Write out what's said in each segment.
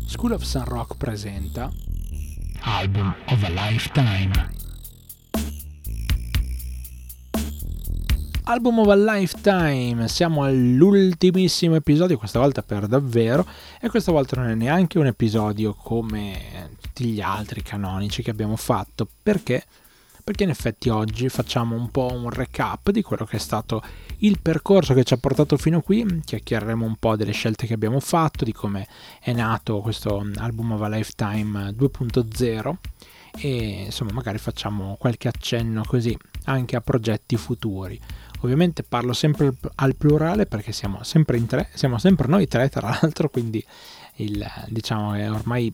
School of Sun Rock presenta Album of a Lifetime. Album of a Lifetime, siamo all'ultimissimo episodio, questa volta per davvero, e questa volta non è neanche un episodio come tutti gli altri canonici che abbiamo fatto, perché in effetti oggi facciamo un po' un recap di quello che è stato il percorso che ci ha portato fino a qui, chiacchiereremo un po' delle scelte che abbiamo fatto, di come è nato questo Album of a Lifetime 2.0 e insomma magari facciamo qualche accenno così anche a progetti futuri. Ovviamente parlo sempre al plurale perché siamo sempre in tre, siamo sempre noi tre tra l'altro, quindi diciamo che ormai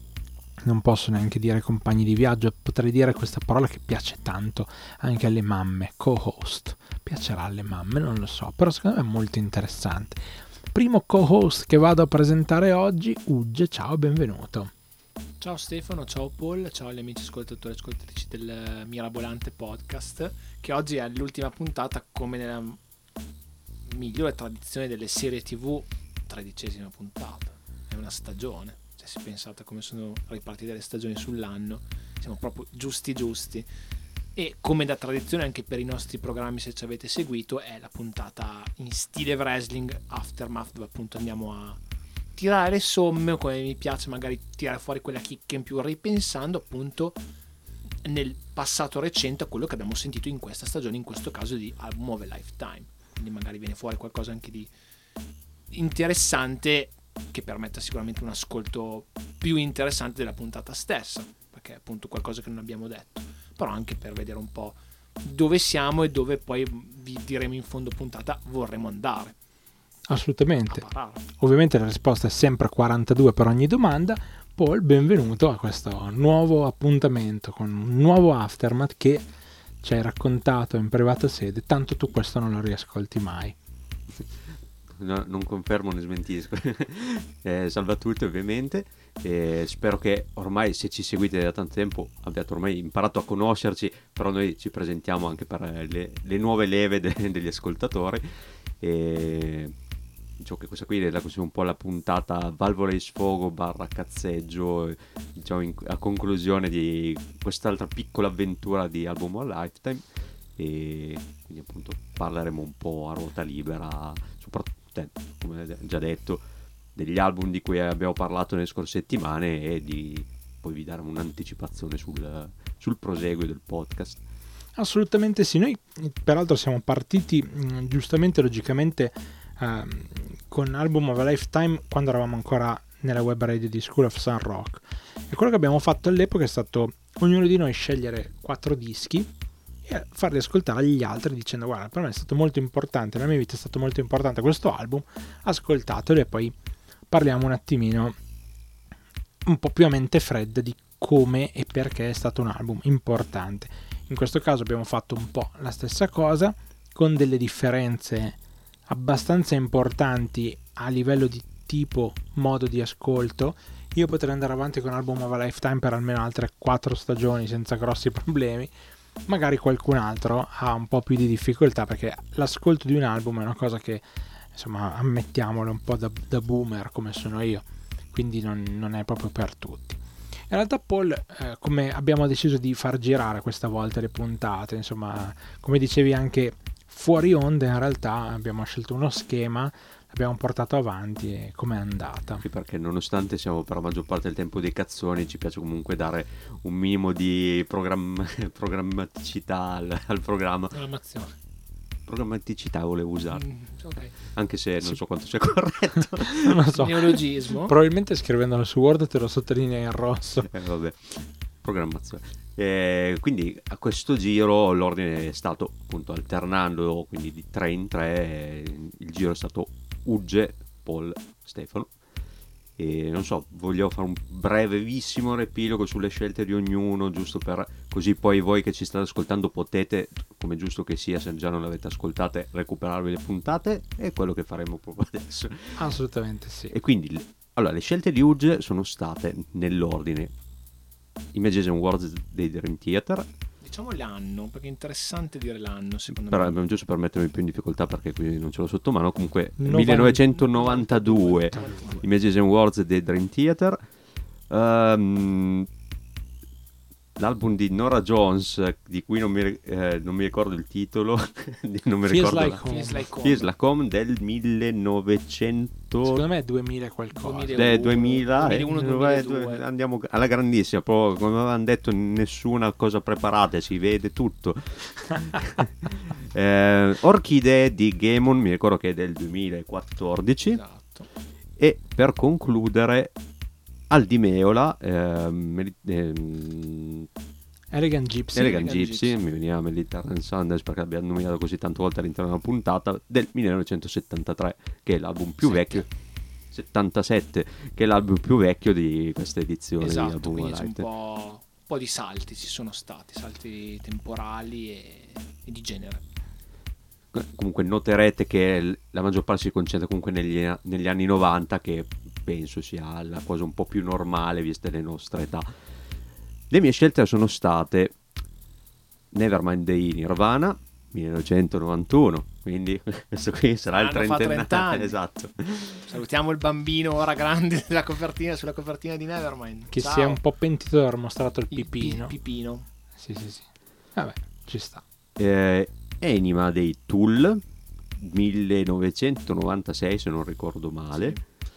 non posso neanche dire compagni di viaggio, potrei dire questa parola che piace tanto anche alle mamme, co-host. Piacerà alle mamme, non lo so, però secondo me è molto interessante. Primo co-host che vado a presentare oggi, Ugge, ciao, benvenuto. Ciao Stefano, ciao Paul, ciao agli amici ascoltatori e ascoltatrici del Mirabolante Podcast, che oggi è l'ultima puntata, come nella migliore tradizione delle serie TV, 13ª puntata. È una stagione, se si pensate come sono ripartite le stagioni sull'anno, siamo proprio giusti. E come da tradizione anche per i nostri programmi, se ci avete seguito, è la puntata in stile wrestling Aftermath, dove appunto andiamo a tirare le somme, o come mi piace magari tirare fuori quella chicca in più, ripensando appunto nel passato recente a quello che abbiamo sentito in questa stagione, in questo caso di Album of a Lifetime. Quindi magari viene fuori qualcosa anche di interessante che permetta sicuramente un ascolto più interessante della puntata stessa, perché è appunto qualcosa che non abbiamo detto, però anche per vedere un po' dove siamo e dove poi vi diremo in fondo puntata vorremmo andare. Assolutamente. Ovviamente la risposta è sempre 42 per ogni domanda. Paul, benvenuto a questo nuovo appuntamento con un nuovo Aftermath che ci hai raccontato in privata sede, tanto tu questo non lo riascolti mai. No, non confermo né smentisco. Salve a tutti ovviamente, spero che ormai, se ci seguite da tanto tempo, abbiate ormai imparato a conoscerci, però noi ci presentiamo anche per le nuove leve degli ascoltatori. Diciamo che questa qui è così un po' la puntata valvola di sfogo / cazzeggio, diciamo a conclusione di quest'altra piccola avventura di Album of a Lifetime, e quindi appunto parleremo un po' a ruota libera, soprattutto, come già detto, degli album di cui abbiamo parlato nelle scorse settimane, e poi vi daremo un'anticipazione sul proseguo del podcast. Assolutamente sì, noi peraltro siamo partiti giustamente, logicamente, con Album of a Lifetime quando eravamo ancora nella web radio di School of Sun Rock, e quello che abbiamo fatto all'epoca è stato ognuno di noi scegliere 4 dischi e farli ascoltare agli altri dicendo: guarda, per me è stato molto importante, nella mia vita è stato molto importante questo album, ascoltatelo, e poi parliamo un attimino un po' più a mente fredda di come e perché è stato un album importante. In questo caso abbiamo fatto un po' la stessa cosa, con delle differenze abbastanza importanti a livello di tipo, modo di ascolto. Io potrei andare avanti con Album of a Lifetime per almeno altre 4 stagioni senza grossi problemi. Magari qualcun altro ha un po' più di difficoltà, perché l'ascolto di un album è una cosa che, insomma, ammettiamolo, un po' da boomer come sono io, quindi non è proprio per tutti. In realtà, Paul, come abbiamo deciso di far girare questa volta le puntate, insomma, come dicevi anche fuori onda, in realtà abbiamo scelto uno schema, l'abbiamo portato avanti, e com'è andata? Sì, perché nonostante siamo per la maggior parte del tempo dei cazzoni, ci piace comunque dare un minimo di programmaticità al programma. Programmaticità volevo usare, Okay. anche se non so quanto sia corretto. Non lo so. Neologismo. Probabilmente scrivendolo su Word te lo sottolinea in rosso. Vabbè, programmazione. Quindi a questo giro l'ordine è stato appunto alternando, quindi di 3 in 3. Il giro è stato Ugge, Paul, Stefano. E non so, voglio fare un brevissimo riepilogo sulle scelte di ognuno, giusto per così poi voi che ci state ascoltando potete, come giusto che sia, se già non le avete ascoltate, recuperarvi le puntate, e quello che faremo proprio adesso. Assolutamente sì. E quindi, allora, le scelte di Ugge sono state nell'ordine Images and Words dei Dream Theater, Diciamo l'anno, perché è interessante dire l'anno, secondo Però me. giusto per mettermi più in difficoltà perché qui non ce l'ho sotto mano. Comunque 90. 1992 Images and Words dei Dream Theater. L'album di Nora Jones, di cui non mi ricordo il titolo, non mi Feels ricordo Like Home. Feels Like Home. Feels Like Home del 1900. Secondo me è 2000 e qualcosa. 2000. 2000 2001-2002. andiamo alla grandissima, però come avevano detto nessuna cosa preparata, si vede tutto. Orchidee di Gaemon, mi ricordo che è del 2014. Esatto. E per concludere Aldi Meola, Elegant Gypsy. Elegant Gypsy, mi veniva Mediterranean Sundance perché l'abbiamo nominato così tante volte all'interno della puntata, del 1973, che è l'album più vecchio. 77, che è l'album più vecchio di questa edizione di Esatto, Album quindi c'è Light. un po' di salti, ci sono stati, salti temporali e di genere. Comunque noterete che la maggior parte si concentra comunque negli anni 90, che penso sia la cosa un po' più normale viste le nostre età. Le mie scelte sono state Nevermind dei Nirvana 1991, quindi questo qui sarà il Hanno fatto 30 trentennale. anni. Esatto. Salutiamo il bambino ora grande sulla copertina di Nevermind. Che Ciao. si è un po' pentito di aver mostrato il Il pipino. pipino. Sì. Vabbè, ci sta. Anima dei Tool 1996 se non ricordo male.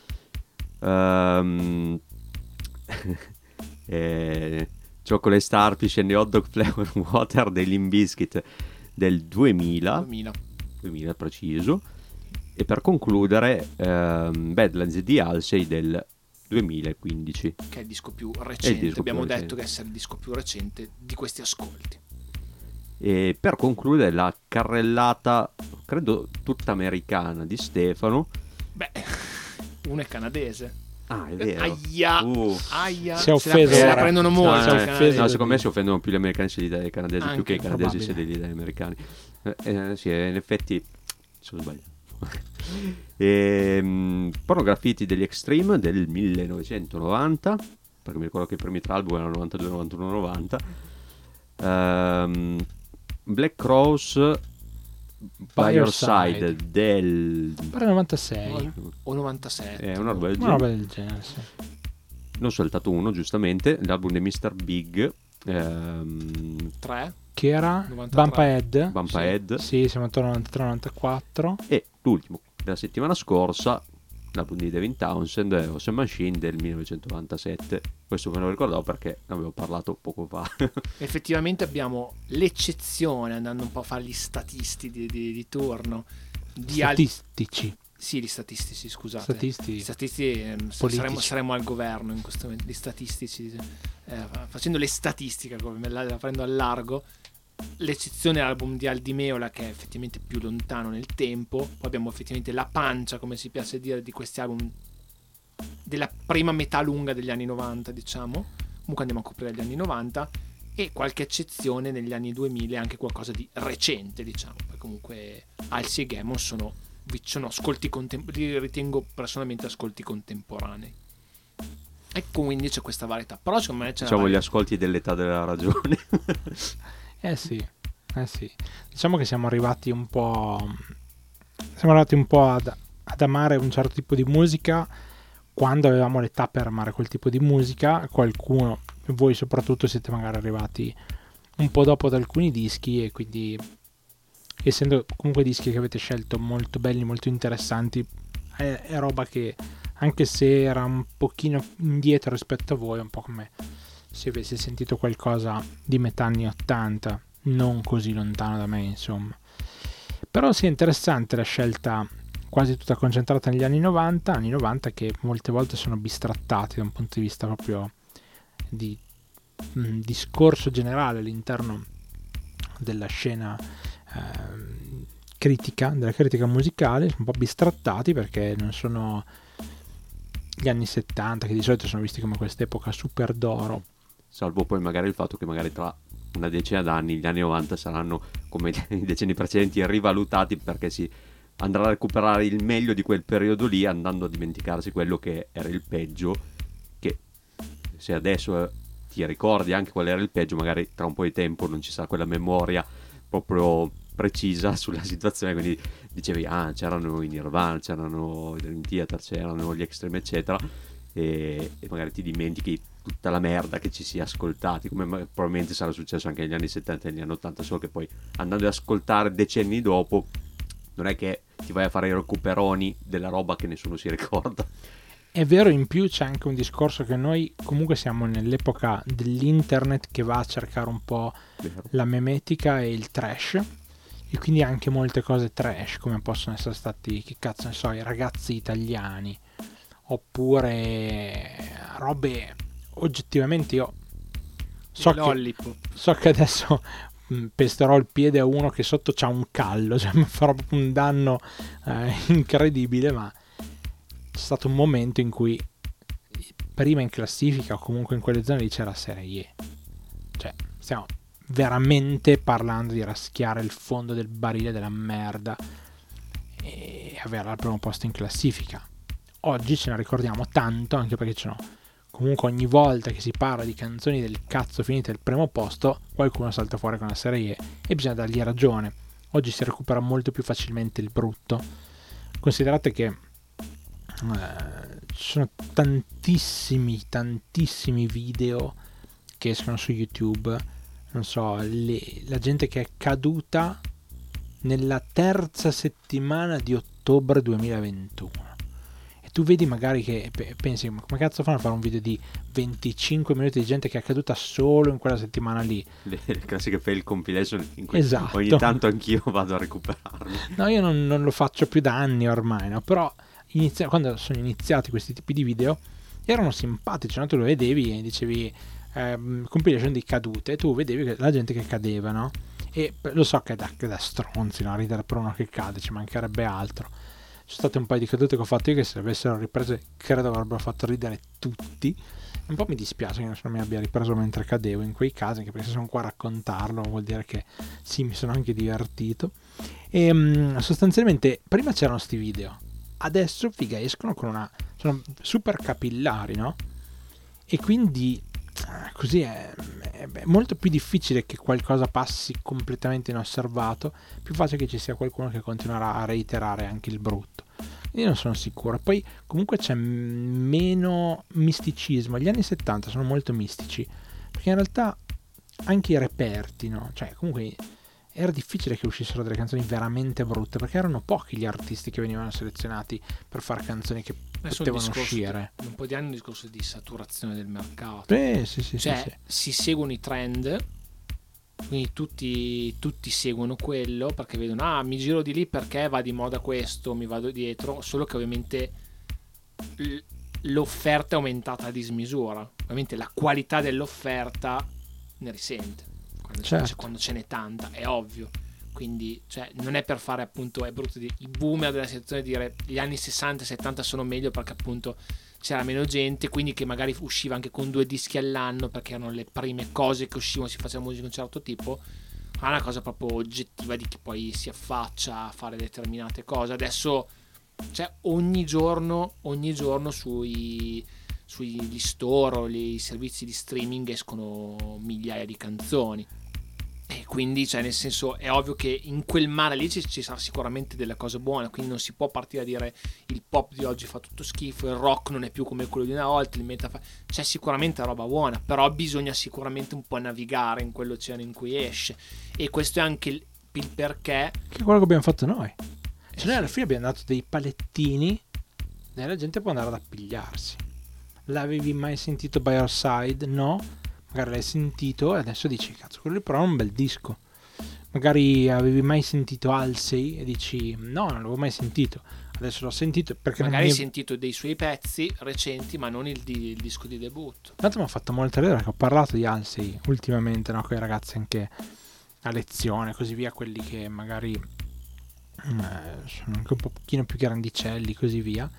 Chocolate Starfish and the Hot Dog Flavor Water dei Limp Bizkit del 2000 preciso. E per concludere Badlands di Halsey del 2015, che è il disco più recente. Abbiamo più detto recente. che essere il disco più recente di questi ascolti. E per concludere la carrellata credo tutta americana di Stefano. Beh, uno è canadese. Ah, è vero. Aia, Aia. Si è se la- offeso se la ora. prendono molto. si è i offeso. canadesi. No, secondo me si offendono più gli americani se degli canadesi Anche, più che i canadesi se probabile. degli americani. Sì, in effetti sono sbagliato. Pornografiti degli Extreme del 1990, perché mi ricordo che i primi tre album erano 92, 91, 90. Black Cross By Your Side del Pare 96. O 97. una roba del Una roba genere. del genere, sì. Non ho saltato uno, giustamente, l'album di Mr. Big, 3. Che era 93. Bumphead. Sì, siamo attorno al 93-94. e l'ultimo della settimana scorsa, l'album di Devin Townsend, Ocean Machine del 1997. Questo me lo ricordavo perché ne avevo parlato poco fa. Effettivamente abbiamo l'eccezione, andando un po' a fare gli statisti di turno. Statistici. Sì, gli statistici, scusate. Statisti. Gli statistici Politici. saremo al governo in questo momento. Gli statistici, facendo le statistiche, come la prendo al largo. L'eccezione è l'album di Aldi Meola, che è effettivamente più lontano nel tempo. Poi abbiamo effettivamente la pancia, come si piace dire, di questi album della prima metà lunga degli anni 90, diciamo. Comunque andiamo a coprire gli anni 90 e qualche eccezione negli anni 2000 e anche qualcosa di recente, diciamo. Perché comunque Halsey e Gaemon sono ascolti li ritengo personalmente ascolti contemporanei. E quindi c'è questa varietà. Però secondo me c'è Diciamo gli ascolti dell'età della ragione. Sì. Diciamo che siamo arrivati un po' ad amare un certo tipo di musica quando avevamo l'età per amare quel tipo di musica. Qualcuno, voi soprattutto, siete magari arrivati un po' dopo ad alcuni dischi, e quindi, essendo comunque dischi che avete scelto molto belli, molto interessanti, è roba che, anche se era un pochino indietro rispetto a voi, è un po' come se avessi sentito qualcosa di metà anni 80, non così lontano da me, insomma. Però sì, è interessante la scelta quasi tutta concentrata negli anni 90 che molte volte sono bistrattati da un punto di vista proprio di discorso generale all'interno della scena della critica musicale, sono un po' bistrattati perché non sono gli anni 70, che di solito sono visti come quest'epoca super d'oro. Salvo poi magari il fatto che magari tra una decina d'anni gli anni 90 saranno, come i decenni precedenti, rivalutati perché si andrà a recuperare il meglio di quel periodo lì, andando a dimenticarsi quello che era il peggio, che se adesso ti ricordi anche qual era il peggio, magari tra un po' di tempo non ci sarà quella memoria proprio precisa sulla situazione, quindi dicevi c'erano i Nirvana, c'erano i Dream Theater, c'erano gli Extreme eccetera, e magari ti dimentichi tutta la merda che ci si è ascoltati, come probabilmente sarà successo anche negli anni 70 e negli anni 80, solo che poi andando ad ascoltare decenni dopo non è che ti vai a fare i recuperoni della roba che nessuno si ricorda. È vero, in più c'è anche un discorso che noi comunque siamo nell'epoca dell'internet che va a cercare un po' la memetica e il trash, e quindi anche molte cose trash, come possono essere stati, che cazzo ne so, i ragazzi italiani, oppure robe oggettivamente io so che adesso pesterò il piede a uno che sotto c'ha un callo, cioè mi farò proprio un danno incredibile, ma c'è stato un momento in cui prima in classifica o comunque in quelle zone lì c'era Serie E, cioè stiamo veramente parlando di raschiare il fondo del barile della merda e averla al primo posto in classifica. Oggi ce ne ricordiamo tanto, anche perché ce n'ho comunque ogni volta che si parla di canzoni del cazzo finite al primo posto qualcuno salta fuori con la Serie E e bisogna dargli ragione. Oggi si recupera molto più facilmente il brutto. Considerate che ci sono tantissimi video che escono su YouTube, non so, la gente che è caduta nella terza settimana di ottobre 2021 e tu vedi magari che pensi, ma come cazzo fanno a fare un video di 25 minuti di gente che è caduta solo in quella settimana lì? Le classiche fail compilation in cui esatto. Ogni tanto anch'io vado a recuperarmi. No, io non lo faccio più da anni ormai, no? Però quando sono iniziati questi tipi di video erano simpatici, no? Tu lo vedevi e dicevi compilation di cadute, tu vedevi la gente che cadeva, no? E lo so che è da stronzi, no? Ridere per uno che cade, ci mancherebbe altro. Ci sono state un paio di cadute che ho fatto io che se le avessero riprese credo avrebbero fatto ridere tutti. Un po' mi dispiace che nessuno mi abbia ripreso mentre cadevo in quei casi, anche perché se sono qua a raccontarlo vuol dire che sì, mi sono anche divertito. E sostanzialmente prima c'erano sti video, adesso figa escono sono super capillari, no? E quindi così è molto più difficile che qualcosa passi completamente inosservato, più facile che ci sia qualcuno che continuerà a reiterare anche il brutto. Io non sono sicuro. Poi comunque c'è meno misticismo. Gli anni 70 sono molto mistici, perché in realtà anche i reperti, no? Cioè comunque era difficile che uscissero delle canzoni veramente brutte, perché erano pochi gli artisti che venivano selezionati per fare canzoni che potevano uscire. Un po' di anni un discorso di saturazione del mercato. Sì, cioè si seguono i trend, quindi tutti seguono quello perché vedono mi giro di lì perché va di moda questo, mi vado dietro, solo che ovviamente l'offerta è aumentata a dismisura, ovviamente la qualità dell'offerta ne risente quando ce n'è tanta, è ovvio. Quindi non è per fare, appunto, è brutto dire i boomer della situazione, dire gli anni 60 e 70 sono meglio perché appunto c'era meno gente, quindi che magari usciva anche con 2 dischi all'anno perché erano le prime cose che uscivano, si faceva musica di un certo tipo, ma è una cosa proprio oggettiva di chi poi si affaccia a fare determinate cose. Adesso ogni giorno sugli store o i servizi di streaming escono migliaia di canzoni. E quindi nel senso è ovvio che in quel mare lì ci sarà sicuramente delle cose buone, quindi non si può partire a dire il pop di oggi fa tutto schifo, il rock non è più come quello di una volta, il metal c'è sicuramente roba buona, però bisogna sicuramente un po' navigare in quell'oceano in cui esce, e questo è anche il perché, che è quello che abbiamo fatto noi. Noi alla fine abbiamo dato dei palettini e la gente può andare ad appigliarsi. L'avevi mai sentito By Your Side? No? Magari l'hai sentito e adesso dici cazzo, quello però è un bel disco. Magari avevi mai sentito Halsey e dici no, non l'avevo mai sentito, adesso l'ho sentito perché magari hai sentito dei suoi pezzi recenti ma non il disco di debutto. Tanto mi ha fatto molto ridere che ho parlato di Halsey ultimamente, no? Con i ragazzi anche a lezione così via, quelli che magari sono anche un pochino più grandicelli così via,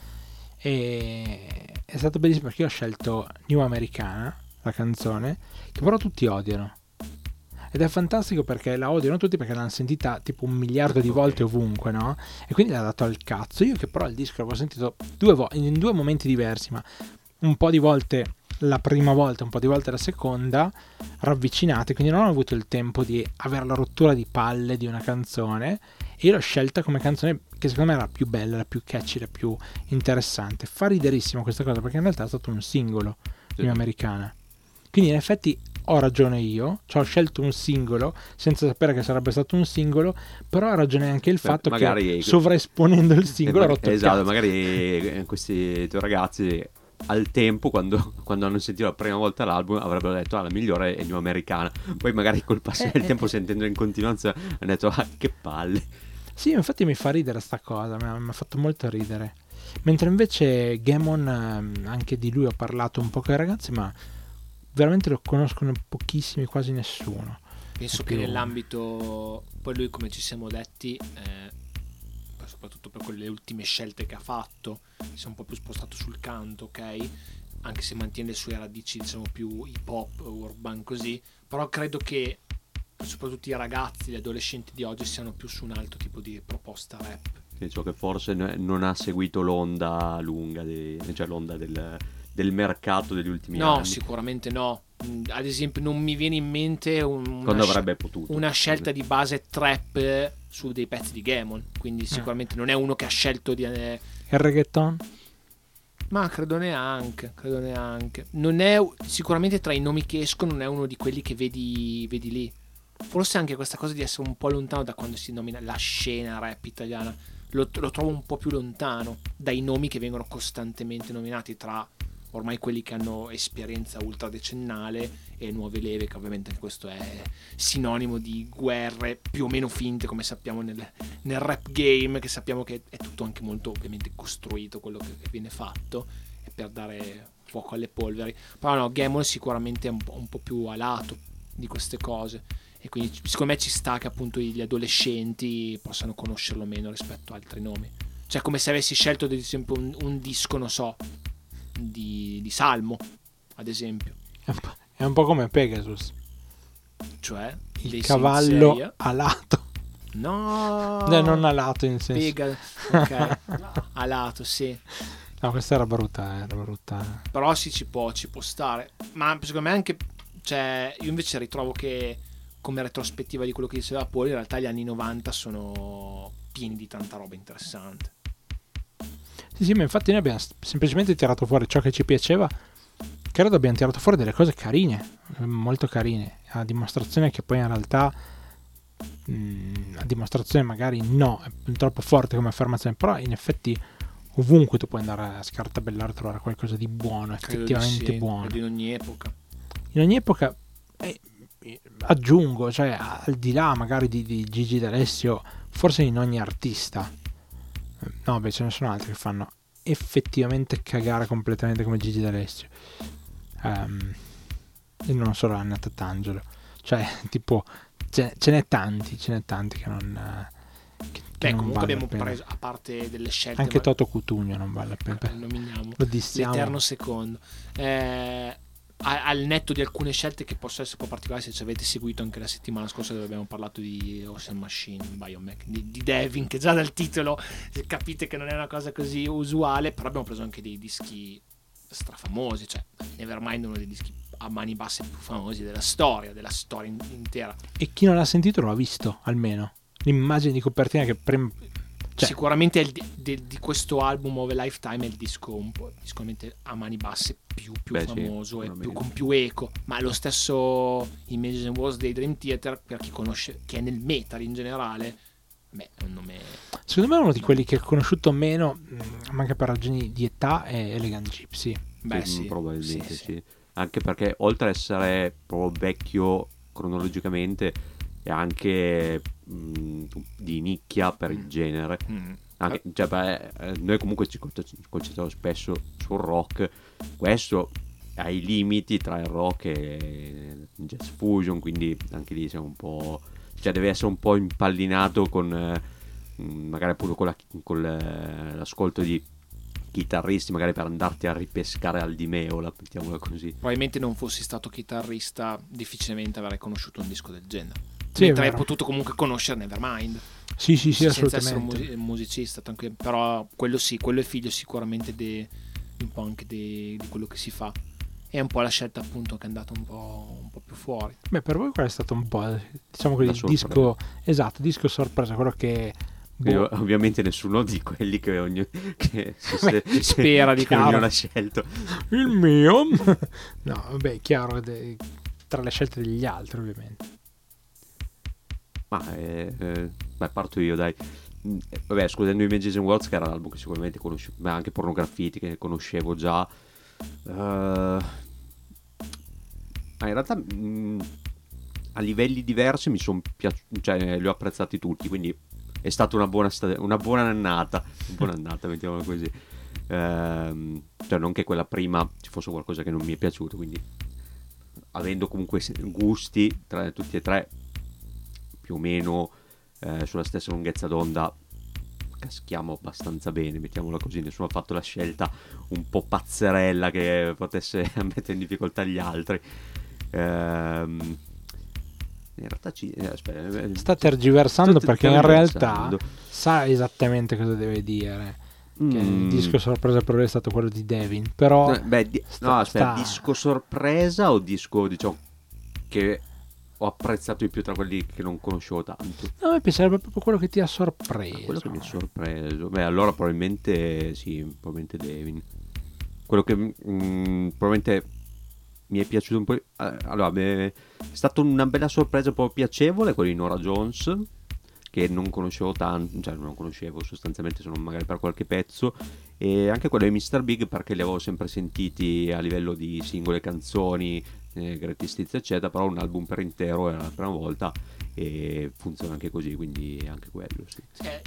e è stato bellissimo perché io ho scelto New Americana, la canzone, che però tutti odiano, ed è fantastico perché la odiano tutti perché l'hanno sentita tipo 1 miliardo di volte ovunque, no? E quindi l'ha dato al cazzo. Io che però il disco l'avevo sentito in 2 momenti diversi, ma un po' di volte la prima volta, un po' di volte la seconda, ravvicinate, quindi non ho avuto il tempo di avere la rottura di palle di una canzone, e io l'ho scelta come canzone che secondo me era la più bella, la più catchy, la più interessante. Fa riderissimo questa cosa, perché in realtà è stato un singolo di un'americana, quindi in effetti ho ragione io, cioè ho scelto un singolo senza sapere che sarebbe stato un singolo, però ha ragione anche il fatto magari, che sovraesponendo il singolo ha rotto il esatto, cazzo. magari questi tuoi ragazzi al tempo, quando hanno sentito la prima volta l'album, avrebbero detto la migliore è New Americana. Poi magari col passare del tempo, sentendo in continuanza, hanno detto che palle. Sì, infatti mi fa ridere sta cosa, mi ha fatto molto ridere. Mentre invece Gammon, anche di lui ho parlato un po' con i ragazzi, ma veramente lo conoscono pochissimi, quasi nessuno. Penso che nell'ambito, poi lui, come ci siamo detti, soprattutto per quelle ultime scelte che ha fatto, si è un po' più spostato sul canto, ok? Anche se mantiene le sue radici, diciamo, più hip hop, urban, così. Però credo che soprattutto i ragazzi, gli adolescenti di oggi siano più su un altro tipo di proposta rap. Penso che forse non ha seguito l'onda lunga, cioè l'onda del mercato degli ultimi anni. No, sicuramente no. Ad esempio non mi viene in mente quando avrebbe potuto una scelta di base trap su dei pezzi di Gammon, quindi sicuramente non è uno che ha scelto di... Il reggaeton? Ma credo neanche. Non è sicuramente, tra i nomi che escono, non è uno di quelli che vedi lì. Forse anche questa cosa di essere un po' lontano da quando si nomina la scena rap italiana, lo trovo un po' più lontano dai nomi che vengono costantemente nominati, tra ormai quelli che hanno esperienza ultradecennale e nuove leve, che ovviamente anche questo è sinonimo di guerre più o meno finte, come sappiamo nel rap game, che sappiamo che è tutto anche molto ovviamente costruito quello che viene fatto, e per dare fuoco alle polveri. Però no, Gammon sicuramente è un po' più a lato di queste cose, e quindi secondo me ci sta che appunto gli adolescenti possano conoscerlo meno rispetto a altri nomi. Cioè, come se avessi scelto ad esempio un disco, non so, di Salmo, ad esempio. È un po' come Pegasus, cioè il cavallo alato. No, non alato in senso ok, alato, sì. No, questa era brutta. Però sì, ci può stare. Ma secondo me anche, cioè, io invece ritrovo che, come retrospettiva di quello che diceva Paul, in realtà gli anni 90 sono pieni di tanta roba interessante. Sì, ma infatti noi abbiamo semplicemente tirato fuori ciò che ci piaceva. Credo abbiamo tirato fuori delle cose carine, molto carine, a dimostrazione che poi in realtà, a dimostrazione magari no, è troppo forte come affermazione, però in effetti ovunque tu puoi andare a scartabellare, trovare qualcosa di buono, effettivamente buono. In ogni epoca. In ogni epoca, aggiungo, cioè al di là magari di Gigi D'Alessio, forse in ogni artista. No, beh, ce ne sono altri che fanno effettivamente cagare completamente come Gigi D'Alessio. E non solo Anna Tatangelo. Cioè, tipo, ce n'è tanti che non... Beh, comunque abbiamo preso, a parte delle scelte... Anche Toto Cutugno non vale la pena. Nominiamo. Lo dissiamo. L'eterno secondo. Al netto di alcune scelte che possono essere un po' particolari, se ci avete seguito anche la settimana scorsa, dove abbiamo parlato di Ocean Machine, Biomech, di Devin, che già dal titolo capite che non è una cosa così usuale, però abbiamo preso anche dei dischi strafamosi, cioè Nevermind è uno dei dischi a mani basse più famosi della storia intera. E chi non l'ha sentito lo ha visto, almeno l'immagine di copertina che sicuramente di questo album of a Lifetime è il disco un po' sicuramente a mani basse più famoso, e con più eco, ma lo stesso Images and Words dei Dream Theater, per chi conosce, che è nel metal in generale, è un nome, secondo me è uno di quelli che ho conosciuto meno, ma anche per ragioni di età, è Elegant Gypsy. Sì, probabilmente sì. Anche perché oltre ad essere proprio vecchio cronologicamente, è anche di nicchia per il genere. Anche, cioè, noi comunque ci concentriamo spesso sul rock, questo ha i limiti tra il rock e il jazz fusion, quindi anche lì siamo un po', cioè deve essere un po' impallinato con magari appunto con l'ascolto di chitarristi, magari per andarti a ripescare al Di Meola, mettiamola così. Probabilmente non fossi stato chitarrista, difficilmente avrei conosciuto un disco del genere. Sì, mentre hai potuto comunque conoscere Nevermind. Sì, senza assolutamente. essere musicista, però quello è figlio sicuramente un po' anche di quello che si fa. è un po' la scelta appunto che è andata un po' più fuori. Beh, per voi qual è stato un po', diciamo così, La il sorpresa. disco, esatto, disco sorpresa, quello che Io, ovviamente nessuno di quelli che spera di che chiaro. ognuno ha scelto. il mio. No, vabbè, chiaro, tra le scelte degli altri, ovviamente. Ma beh, parto io, dai. Vabbè, escludendo Images and Words, che era l'album che sicuramente conoscevo, ma anche Porno Graffiti che conoscevo già. Ma in realtà a livelli diversi mi sono piaciuti, cioè li ho apprezzati tutti, quindi è stata una buona annata, mettiamola così. Cioè non che quella prima ci fosse qualcosa che non mi è piaciuto, quindi avendo comunque gusti tra tutti e tre più o meno sulla stessa lunghezza d'onda, caschiamo abbastanza bene, mettiamola così. Nessuno ha fatto la scelta un po' pazzerella che potesse mettere in difficoltà gli altri. In realtà sta tergiversando, sto perché in realtà tergiversando. sa esattamente cosa deve dire, che il disco sorpresa per lui è stato quello di Devin, però disco sorpresa o disco, diciamo, che ho apprezzato di più tra quelli che non conoscevo tanto? no, a me piacerebbe proprio quello che ti ha sorpreso. Quello che mi ha sorpreso, beh, allora probabilmente Devin. Quello che probabilmente mi è piaciuto un po'. Allora, è stata una bella sorpresa, un po' piacevole, quello di Norah Jones, che non conoscevo tanto, cioè non conoscevo sostanzialmente, sono magari per qualche pezzo, e anche quello di Mr. Big, perché li avevo sempre sentiti a livello di singole canzoni, Greatest Hits eccetera, però un album per intero era la prima volta e funziona anche così, quindi anche quello, sì. È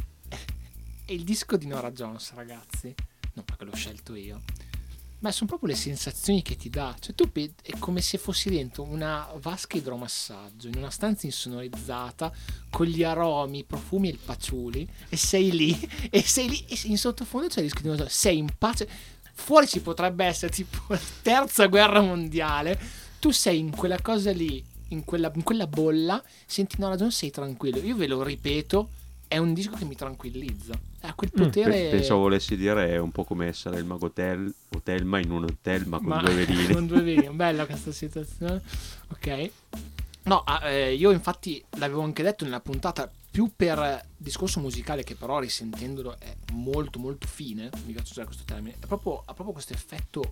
il disco di Norah Jones, ragazzi, non perché l'ho scelto io, ma sono proprio le sensazioni che ti dà. Cioè tu è come se fossi dentro una vasca idromassaggio in una stanza insonorizzata con gli aromi, i profumi e il patchouli, e sei lì e in sottofondo c'è il disco di Norah Jones, sei in pace. Fuori ci potrebbe essere tipo la terza guerra mondiale, tu sei in quella cosa lì, in quella bolla, senti Norah Jones, sei tranquillo. Io ve lo ripeto, è un disco che mi tranquillizza, ha quel potere. Pensavo volessi dire è un po' come essere il mago Telma in un hotel ma con due veline. Con due veline, bella questa situazione. Ok. No, io infatti l'avevo anche detto nella puntata, più per discorso musicale, che però risentendolo è molto molto fine, mi piace usare questo termine, ha proprio questo effetto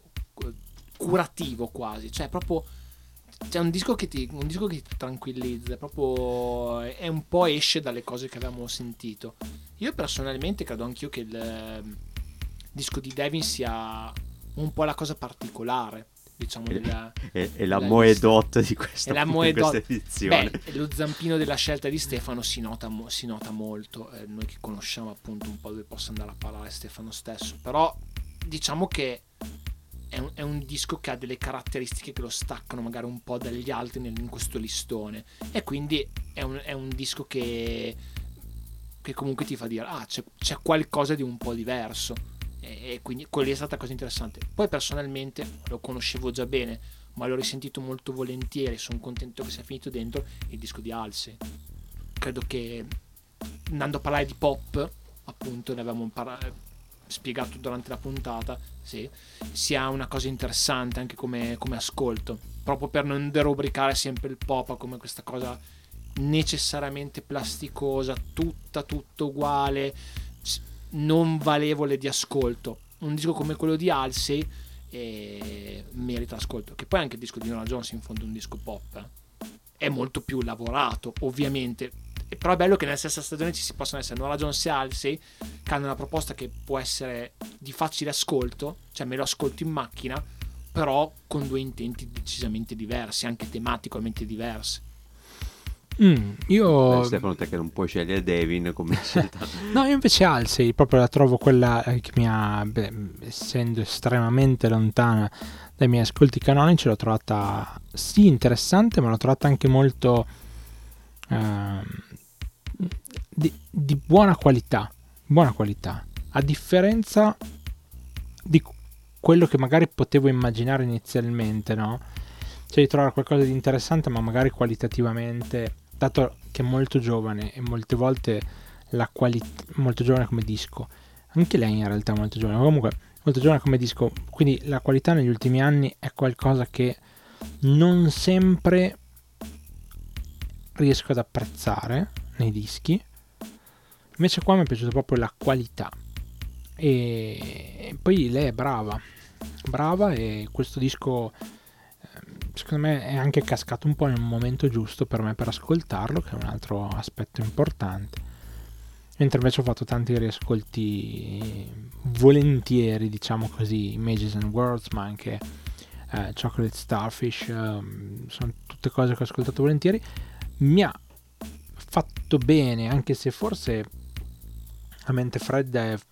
curativo quasi, cioè proprio c'è un disco che ti tranquillizza, proprio è un po' esce dalle cose che avevamo sentito. Io personalmente credo anch'io che il disco di Devin sia un po' la cosa particolare, diciamo, è la moedot di questa edizione. Beh, lo zampino della scelta di Stefano si nota molto, noi che conosciamo appunto un po' dove possa andare a parlare Stefano stesso, però diciamo che è un disco che ha delle caratteristiche che lo staccano magari un po' dagli altri in questo listone, e quindi è un disco che comunque ti fa dire c'è qualcosa di un po' diverso, e quindi quella è stata una cosa interessante. Poi personalmente lo conoscevo già bene, ma l'ho risentito molto volentieri, sono contento che sia finito dentro il disco di Halsey. Credo che, andando a parlare di pop, appunto, ne avevamo spiegato durante la puntata, sì, sia una cosa interessante anche come ascolto, proprio per non derubricare sempre il pop come questa cosa necessariamente plasticosa, tutto uguale, non valevole di ascolto. Un disco come quello di Halsey merita ascolto, che poi anche il disco di Norah Jones in fondo è un disco pop, è molto più lavorato ovviamente, però è bello che nella stessa stagione ci si possano essere Norah Jones e Halsey che hanno una proposta che può essere di facile ascolto, cioè me lo ascolto in macchina, però con due intenti decisamente diversi, anche tematicamente diversi. Io Stefano, te che non puoi scegliere Devin come scelta. no, io invece Halsey proprio la trovo quella che mi ha, essendo estremamente lontana dai miei ascolti canonici, l'ho trovata sì interessante, ma l'ho trovata anche molto di buona qualità, a differenza di quello che magari potevo immaginare inizialmente, no? Cioè di trovare qualcosa di interessante, ma magari qualitativamente, dato che è molto giovane e molte volte la qualità, molto giovane come disco, anche lei in realtà è molto giovane, ma comunque molto giovane come disco, quindi la qualità negli ultimi anni è qualcosa che non sempre riesco ad apprezzare nei dischi. Invece qua mi è piaciuta proprio la qualità, e poi lei è brava, e questo disco secondo me è anche cascato un po' in un momento giusto per me per ascoltarlo, che è un altro aspetto importante, mentre invece ho fatto tanti riascolti volentieri, diciamo così, Images and Words, ma anche Chocolate Starfish, sono tutte cose che ho ascoltato volentieri. Mi ha fatto bene, anche se forse la mente fredda è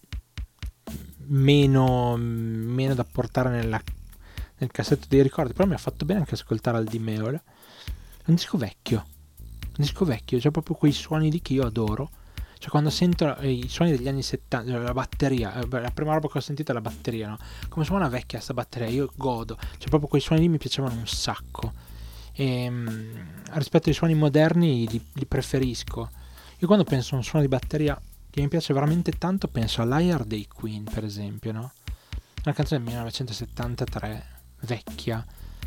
meno da portare nel cassetto dei ricordi, però mi ha fatto bene anche ascoltare Al Di Meola. È un disco vecchio, cioè proprio quei suoni lì che io adoro, cioè quando sento i suoni degli anni 70, la batteria, la prima roba che ho sentito è la batteria, no? Come suona vecchia sta batteria, io godo, cioè proprio quei suoni lì mi piacevano un sacco, e rispetto ai suoni moderni li preferisco. Io quando penso a un suono di batteria che mi piace veramente tanto, penso a Liar dei Queen, per esempio, no? Una canzone del 1973, vecchia,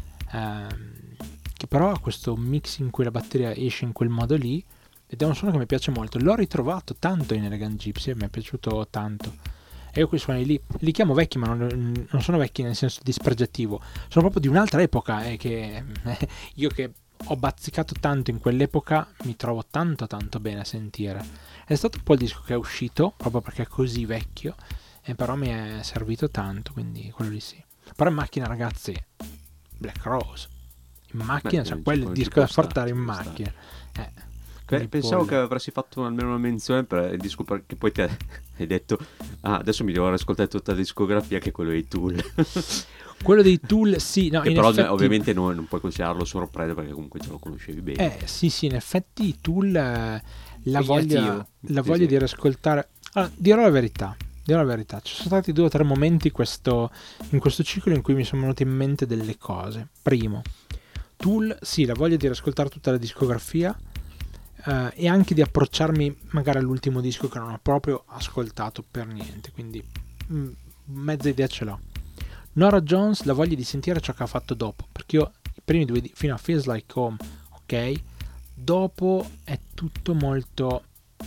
che però ha questo mix in cui la batteria esce in quel modo lì, ed è un suono che mi piace molto. L'ho ritrovato tanto in Elegant Gypsy e mi è piaciuto tanto. E io quei suoni lì li chiamo vecchi, ma non sono vecchi nel senso dispregiativo, sono proprio di un'altra epoca, e che io che ho bazzicato tanto in quell'epoca mi trovo tanto bene a sentire. È stato un po' il disco che è uscito proprio perché è così vecchio, e però mi è servito tanto, quindi quello lì sì. Però in macchina, ragazzi, Black Rose in macchina, cioè quello è il disco da portare in macchina. Pensavo che avresti fatto almeno una menzione per il disco, perché poi ti hai detto adesso mi devo ascoltare tutta la discografia, che è quello dei Tool. Quello dei Tool, sì, no, che però effetti, ovviamente non puoi considerarlo sorpresa, perché comunque ce lo conoscevi bene. Sì, in effetti i Tool, la voglia di riascoltare. Allora, dirò la verità, ci sono stati 2 o 3 momenti in questo ciclo in cui mi sono venute in mente delle cose. Primo, Tool, sì, la voglia di riascoltare tutta la discografia, e anche di approcciarmi magari all'ultimo disco che non ho proprio ascoltato per niente, quindi mezza idea ce l'ho. Norah Jones, la voglia di sentire ciò che ha fatto dopo, perché io i primi 2 fino a Feels Like Home, ok, dopo è tutto molto,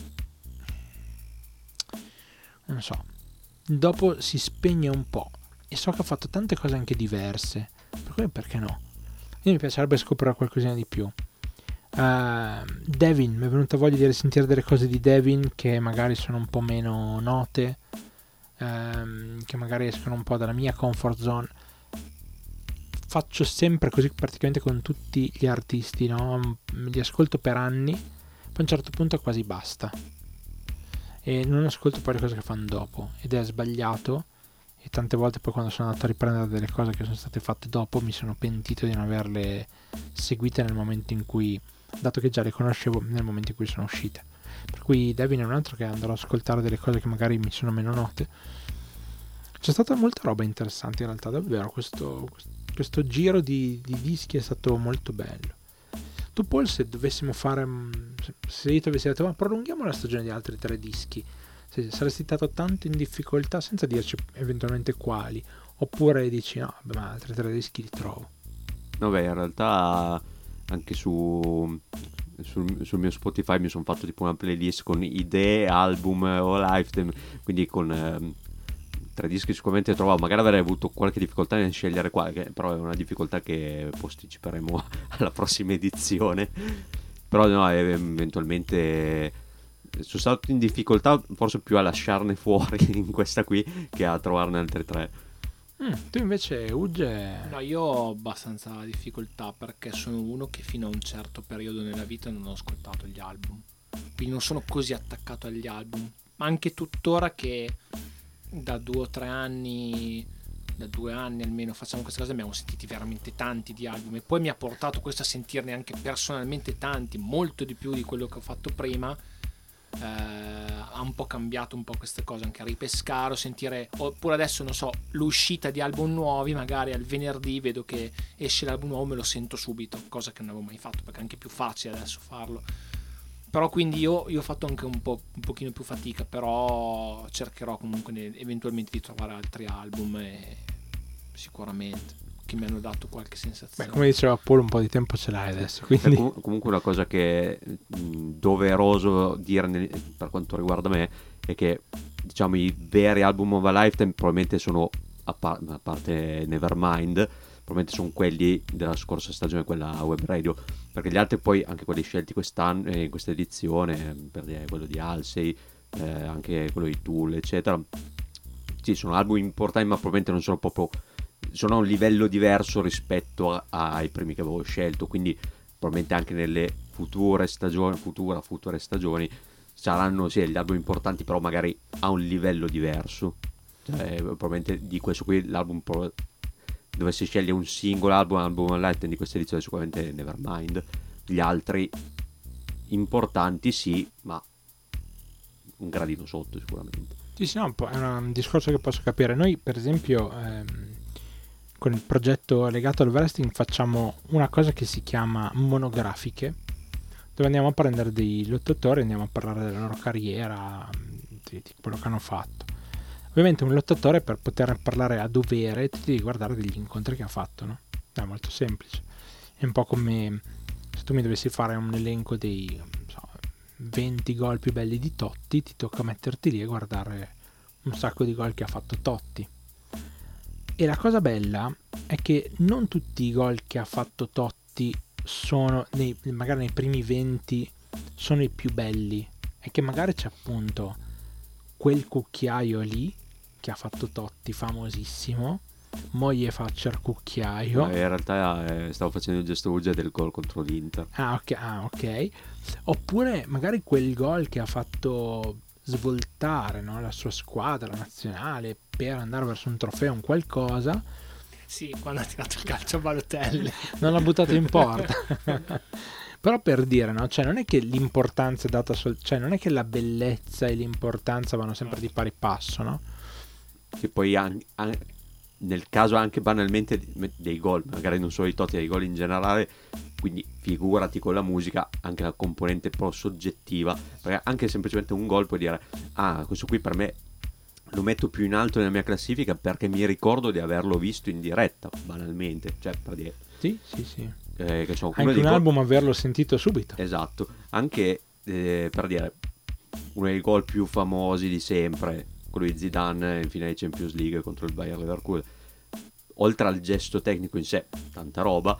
non so, dopo si spegne un po', e so che ha fatto tante cose anche diverse, per cui perché no? Io mi piacerebbe scoprire qualcosina di più. Devin, mi è venuta voglia di risentire delle cose di Devin che magari sono un po' meno note, che magari escono un po' dalla mia comfort zone. Faccio sempre così praticamente con tutti gli artisti, no? Li ascolto per anni, poi a un certo punto quasi basta, e non ascolto poi le cose che fanno dopo, ed è sbagliato. E tante volte poi, quando sono andato a riprendere delle cose che sono state fatte dopo, mi sono pentito di non averle seguite nel momento in cui, dato che già le conoscevo, nel momento in cui sono uscite. Per cui Devin è un altro che andrò ad ascoltare delle cose che magari mi sono meno note. C'è stata molta roba interessante in realtà, davvero. Questo giro di dischi è stato molto bello. Tu, Paul, se dovessimo fare, se io ti avessi detto ma prolunghiamo la stagione di altri 3 dischi, se saresti stato tanto in difficoltà, senza dirci eventualmente quali, oppure dici no, beh, ma altri 3 dischi li trovo? No, beh, in realtà anche sul mio Spotify mi sono fatto tipo una playlist con idee, album o lifetime, quindi con 3 dischi sicuramente trovo. Magari avrei avuto qualche difficoltà nel scegliere quale, però è una difficoltà che posticiperemo alla prossima edizione. Però no, eventualmente sono stato in difficoltà forse più a lasciarne fuori in questa qui che a trovarne altre 3. Tu invece, Ugge? No, io ho abbastanza difficoltà, perché sono uno che fino a un certo periodo nella vita non ho ascoltato gli album, quindi non sono così attaccato agli album, ma anche tuttora che da 2 o 3 anni, da 2 anni almeno facciamo queste cose, abbiamo sentiti veramente tanti di album, e poi mi ha portato questo a sentirne anche personalmente tanti, molto di più di quello che ho fatto prima. Ha un po' cambiato un po' queste cose, anche a ripescare o sentire, oppure adesso non so, l'uscita di album nuovi, magari al venerdì vedo che esce l'album nuovo, me lo sento subito, cosa che non avevo mai fatto, perché è anche più facile adesso farlo. Però quindi io ho fatto anche un pochino più fatica, però cercherò comunque eventualmente di trovare altri album sicuramente che mi hanno dato qualche sensazione. Beh, come diceva Paul, un po' di tempo ce l'hai adesso, quindi... Comunque una cosa che è doveroso dire per quanto riguarda me è che, diciamo, i veri album of a lifetime probabilmente sono, a parte Nevermind, probabilmente sono quelli della scorsa stagione, quella web radio, perché gli altri poi, anche quelli scelti quest'anno, in questa edizione, per dire quello di Halsey, anche quello di Tool, eccetera, sì, sono album importanti, ma probabilmente non sono proprio, sono a un livello diverso rispetto ai primi che avevo scelto, quindi probabilmente anche nelle future stagioni saranno sì gli album importanti, però magari a un livello diverso. Cioè, probabilmente di questo qui l'album dovessi scegliere un singolo album all'età di questa edizione, sicuramente Nevermind. Gli altri importanti sì, ma un gradino sotto sicuramente. Sì, no, è un discorso che posso capire. Noi per esempio con il progetto legato al wrestling facciamo una cosa che si chiama monografiche, dove andiamo a prendere dei lottatori, andiamo a parlare della loro carriera, di quello che hanno fatto. Ovviamente un lottatore, per poter parlare a dovere, ti devi guardare degli incontri che ha fatto, no? È molto semplice. È un po' come se tu mi dovessi fare un elenco dei 20 gol più belli di Totti, ti tocca metterti lì e guardare un sacco di gol che ha fatto Totti. E la cosa bella è che non tutti i gol che ha fatto Totti sono, magari nei primi 20, sono i più belli. È che magari c'è appunto quel cucchiaio lì che ha fatto Totti, famosissimo, moglie faccia il cucchiaio. In realtà stavo facendo il gesto Uge del gol contro l'Inter. Ok. Oppure magari quel gol che ha fatto svoltare, no, la sua squadra nazionale per andare verso un trofeo, un qualcosa. Sì, quando ha tirato il calcio a Balotelli. Non l'ha buttato in porta. Però per dire, no, cioè non è che l'importanza è data cioè non è che la bellezza e l'importanza vanno sempre di pari passo, no? Che poi nel caso anche banalmente dei gol, magari non solo i Totti, dei gol in generale, quindi figurati con la musica, anche la componente pro soggettiva, perché anche semplicemente un gol puoi dire questo qui per me lo metto più in alto nella mia classifica perché mi ricordo di averlo visto in diretta, banalmente, cioè per dire sì. Che so, anche un album averlo sentito subito. Esatto, anche per dire uno dei gol più famosi di sempre, quello di Zidane in finale di Champions League contro il Bayer Leverkusen, oltre al gesto tecnico in sé, tanta roba,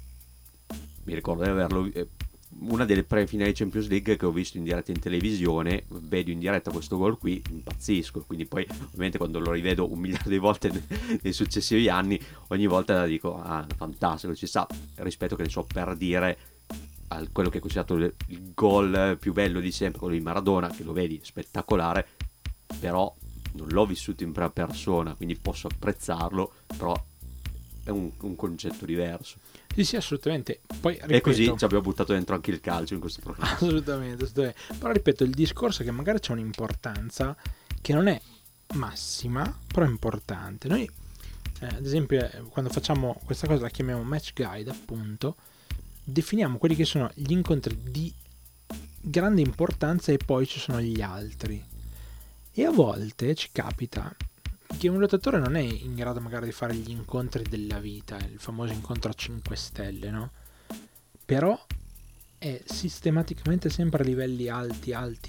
mi ricordo di averlo una delle pre-finali Champions League che ho visto in diretta in televisione, vedo in diretta questo gol qui, impazzisco, quindi poi ovviamente quando lo rivedo 1 miliardo di volte nei successivi anni, ogni volta dico fantastico, ci sta, rispetto che ne so, per dire a quello che è considerato il gol più bello di sempre, quello di Maradona, che lo vedi spettacolare, però non l'ho vissuto in prima persona, quindi posso apprezzarlo, però è un concetto diverso. Sì, assolutamente. Poi, ripeto, e così ci abbiamo buttato dentro anche il calcio in questo programma. Assolutamente. Però ripeto, il discorso è che magari c'è un'importanza che non è massima, però è importante. Noi, ad esempio, quando facciamo questa cosa la chiamiamo match guide, appunto, definiamo quelli che sono gli incontri di grande importanza e poi ci sono gli altri. E a volte ci capita che un lottatore non è in grado magari di fare gli incontri della vita, il famoso incontro a 5 stelle, no? Però è sistematicamente sempre a livelli alti,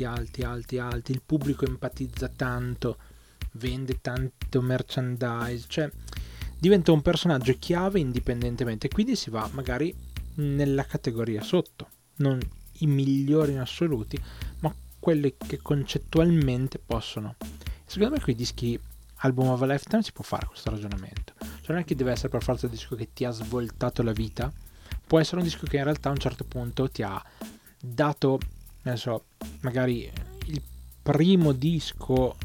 il pubblico empatizza tanto, vende tanto merchandise, cioè diventa un personaggio chiave indipendentemente, quindi si va magari nella categoria sotto, non i migliori in assoluti, ma quelli che concettualmente possono. Secondo me quei dischi album of a lifetime si può fare questo ragionamento, cioè non è che deve essere per forza il disco che ti ha svoltato la vita, può essere un disco che in realtà a un certo punto ti ha dato, non so, magari il primo disco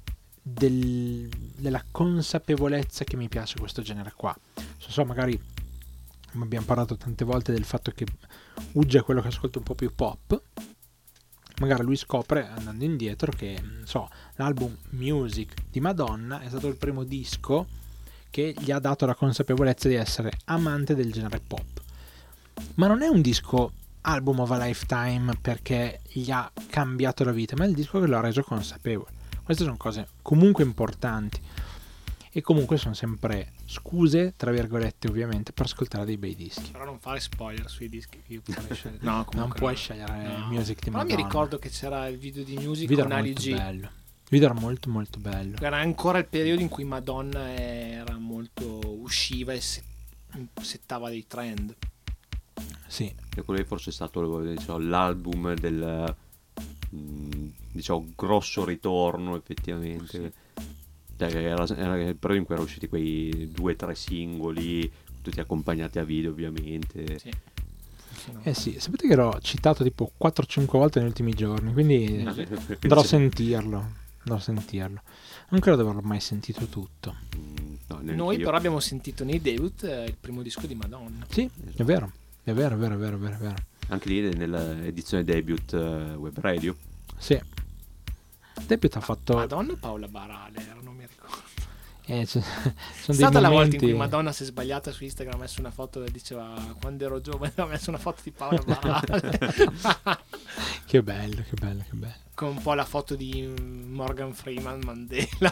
della consapevolezza che mi piace questo genere qua. Non so, magari abbiamo parlato tante volte del fatto che Uge è quello che ascolta un po' più pop, magari lui scopre, andando indietro, che l'album Music di Madonna è stato il primo disco che gli ha dato la consapevolezza di essere amante del genere pop. Ma non è un disco album of a lifetime perché gli ha cambiato la vita, ma è il disco che lo ha reso consapevole. Queste sono cose comunque importanti e comunque sono sempre scuse, tra virgolette, ovviamente, per ascoltare dei bei dischi. Però non fare spoiler sui dischi che io potrei scegliere. No, comunque Non puoi scegliere Music di Però Madonna. mi ricordo che c'era il video di Music Il video con era Ali molto G. bello. Il video era molto molto bello. Era ancora il periodo in cui Madonna era molto usciva e settava dei trend. Sì. E quello forse è stato, diciamo, l'album del diciamo grosso ritorno effettivamente. Cioè, era il periodo in cui erano usciti quei 2 o 3 singoli tutti accompagnati a video ovviamente. Sì. Sì, sapete che l'ho citato tipo 4-5 volte negli ultimi giorni, quindi andrò a sentirlo. Non credo di averlo mai sentito tutto. No, Noi però abbiamo sentito nei debut il primo disco di Madonna. Sì, è vero. Anche lì nell'edizione debut web radio. Sì. Debut ha fatto... Madonna o Paola Barale? Non mi ricordo. sono È dei stata la volta in momenti... cui Madonna si è sbagliata su Instagram, ha messo una foto e diceva quando ero giovane ho messo una foto di Paola Barale. Che bello. Con un po' la foto di Morgan Freeman Mandela.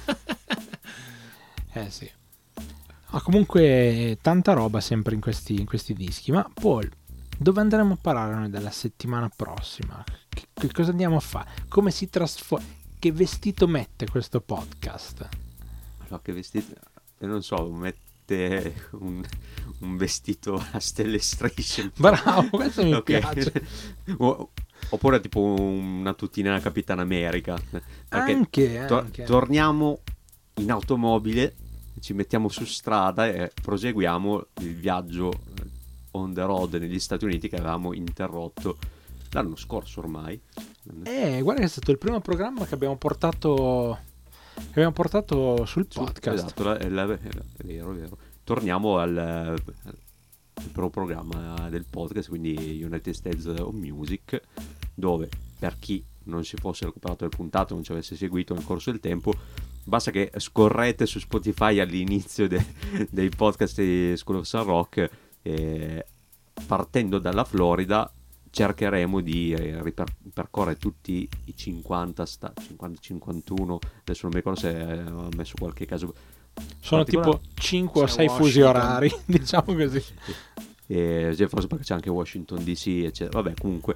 Sì. Comunque tanta roba sempre in questi dischi. Ma Paul, dove andremo a parare noi della settimana prossima? Che cosa andiamo a fare? Come si trasforma? Che vestito mette questo podcast? No, che vestito? Non so, mette un vestito a stelle e strisce. Bravo, questo mi Okay. piace. Oppure tipo una tutina Capitan America. Perché Anche. torniamo in automobile, ci mettiamo su strada e proseguiamo il viaggio on the road negli Stati Uniti che avevamo interrotto l'anno scorso ormai. Guarda che è stato il primo programma che abbiamo portato sul podcast. Esatto, è vero. Torniamo al primo programma del podcast, quindi United States of Music, dove per chi non si fosse recuperato le puntate, non ci avesse seguito nel corso del tempo, basta che scorrete su Spotify all'inizio dei podcast di School of Sun Rock, partendo dalla Florida cercheremo di percorrere tutti i 50-51, adesso non mi ricordo se ho messo qualche caso. Sono tipo 5 o 6 fusi orari, diciamo così. Forse perché c'è anche Washington DC, eccetera. Vabbè, comunque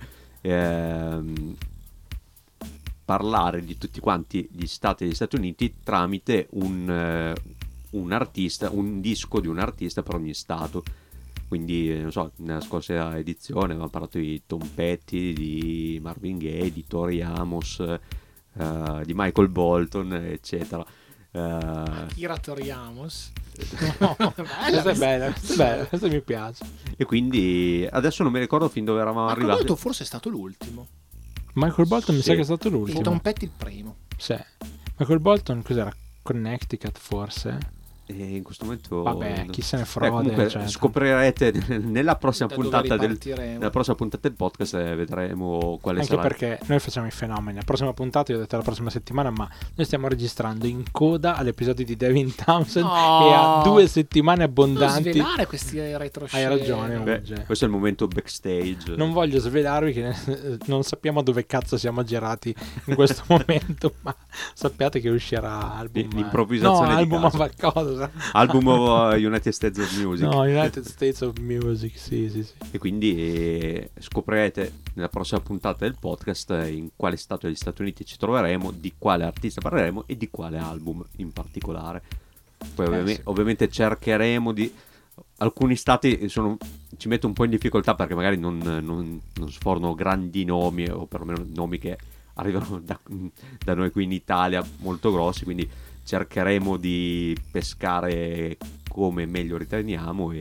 parlare di tutti quanti gli stati degli Stati Uniti tramite un artista, un disco di un artista per ogni stato. Quindi, non so, nella scorsa edizione avevamo parlato di Tom Petty, di Marvin Gaye, di Tori Amos, di Michael Bolton, eccetera. Akira Tori Amos. Questo è bello, questo mi piace. E quindi adesso non mi ricordo fin dove eravamo Michael arrivati. Bolton forse è stato l'ultimo. Michael Bolton mi Sì. sa che è stato E l'ultimo. Tom Petty il primo. Sì. Michael Bolton cos'era? Connecticut forse? E in questo momento Vabbè, chi se ne frode, comunque eccetera. scoprirete nella prossima Da dove puntata ripartiremo. nella prossima puntata del podcast, vedremo quale Anche sarà. perché noi facciamo i fenomeni. La prossima puntata, io ho detto la prossima settimana, ma noi stiamo registrando in coda all'episodio di Devin Townsend No! e a 2 settimane Non abbondanti. svelare questi retroscena. Hai ragione, Beh, questo è il momento backstage. non voglio svelarvi che non sappiamo dove cazzo siamo girati in questo momento, ma sappiate che uscirà album. L'improvvisazione no, di album caso. of cosa? Album of United States of Music. No, United States of Music, sì. E quindi scoprirete nella prossima puntata del podcast in quale stato degli Stati Uniti ci troveremo, di quale artista parleremo e di quale album in particolare. Poi Sì. ovviamente cercheremo di... Alcuni stati ci metto un po' in difficoltà perché magari non sfornano grandi nomi, o perlomeno nomi che arrivano da noi qui in Italia molto grossi, quindi cercheremo di pescare come meglio riteniamo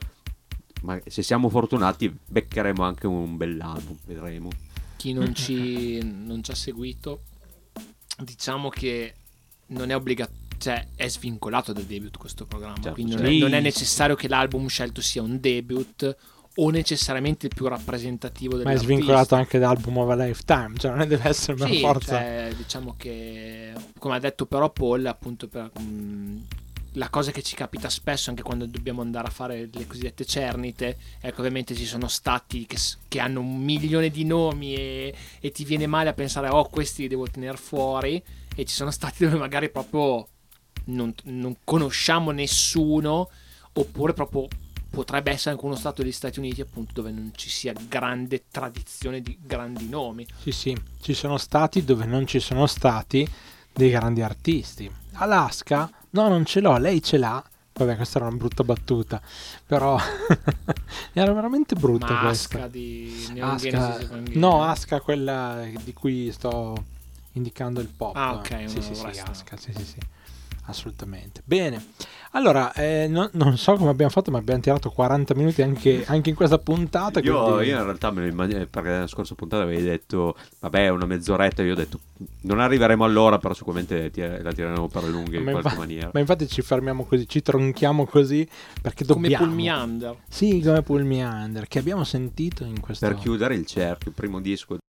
ma se siamo fortunati beccheremo anche un bell'album, vedremo. Chi non ci ha seguito, diciamo che non è obbligatorio, cioè è svincolato dal debut questo programma, Certo, quindi certo. non è necessario che l'album scelto sia un debut o necessariamente il più rappresentativo Ma è dell'artista. svincolato anche da album of a lifetime, cioè non deve essere per Sì, forza. cioè, diciamo che come ha detto però Paul, appunto la cosa che ci capita spesso anche quando dobbiamo andare a fare le cosiddette cernite è che ovviamente ci sono stati che hanno 1.000.000 di nomi e ti viene male a pensare questi li devo tenere fuori, e ci sono stati dove magari proprio non conosciamo nessuno, oppure proprio potrebbe essere anche uno stato degli Stati Uniti appunto dove non ci sia grande tradizione di grandi nomi. Sì, ci sono stati dove non ci sono stati dei grandi artisti. Alaska? No, non ce l'ho, lei ce l'ha. Vabbè, questa era una brutta battuta, però era veramente brutta. Ma questa. Aska di Aska, no, Aska, quella di cui sto indicando il pop. Ok, sì, Aska, sì, assolutamente. Bene, allora, non so come abbiamo fatto, ma abbiamo tirato 40 minuti anche in questa puntata. Io in realtà me lo immagino, perché nella scorsa puntata avevi detto, vabbè, una mezz'oretta, io ho detto, non arriveremo all'ora, però sicuramente la tireremo per le lunghe in qualche maniera. Ma infatti ci fermiamo così, ci tronchiamo così, perché dobbiamo... Come Paul Meander. Sì, come Paul Meander, che abbiamo sentito in questo... Per chiudere il cerchio, il primo disco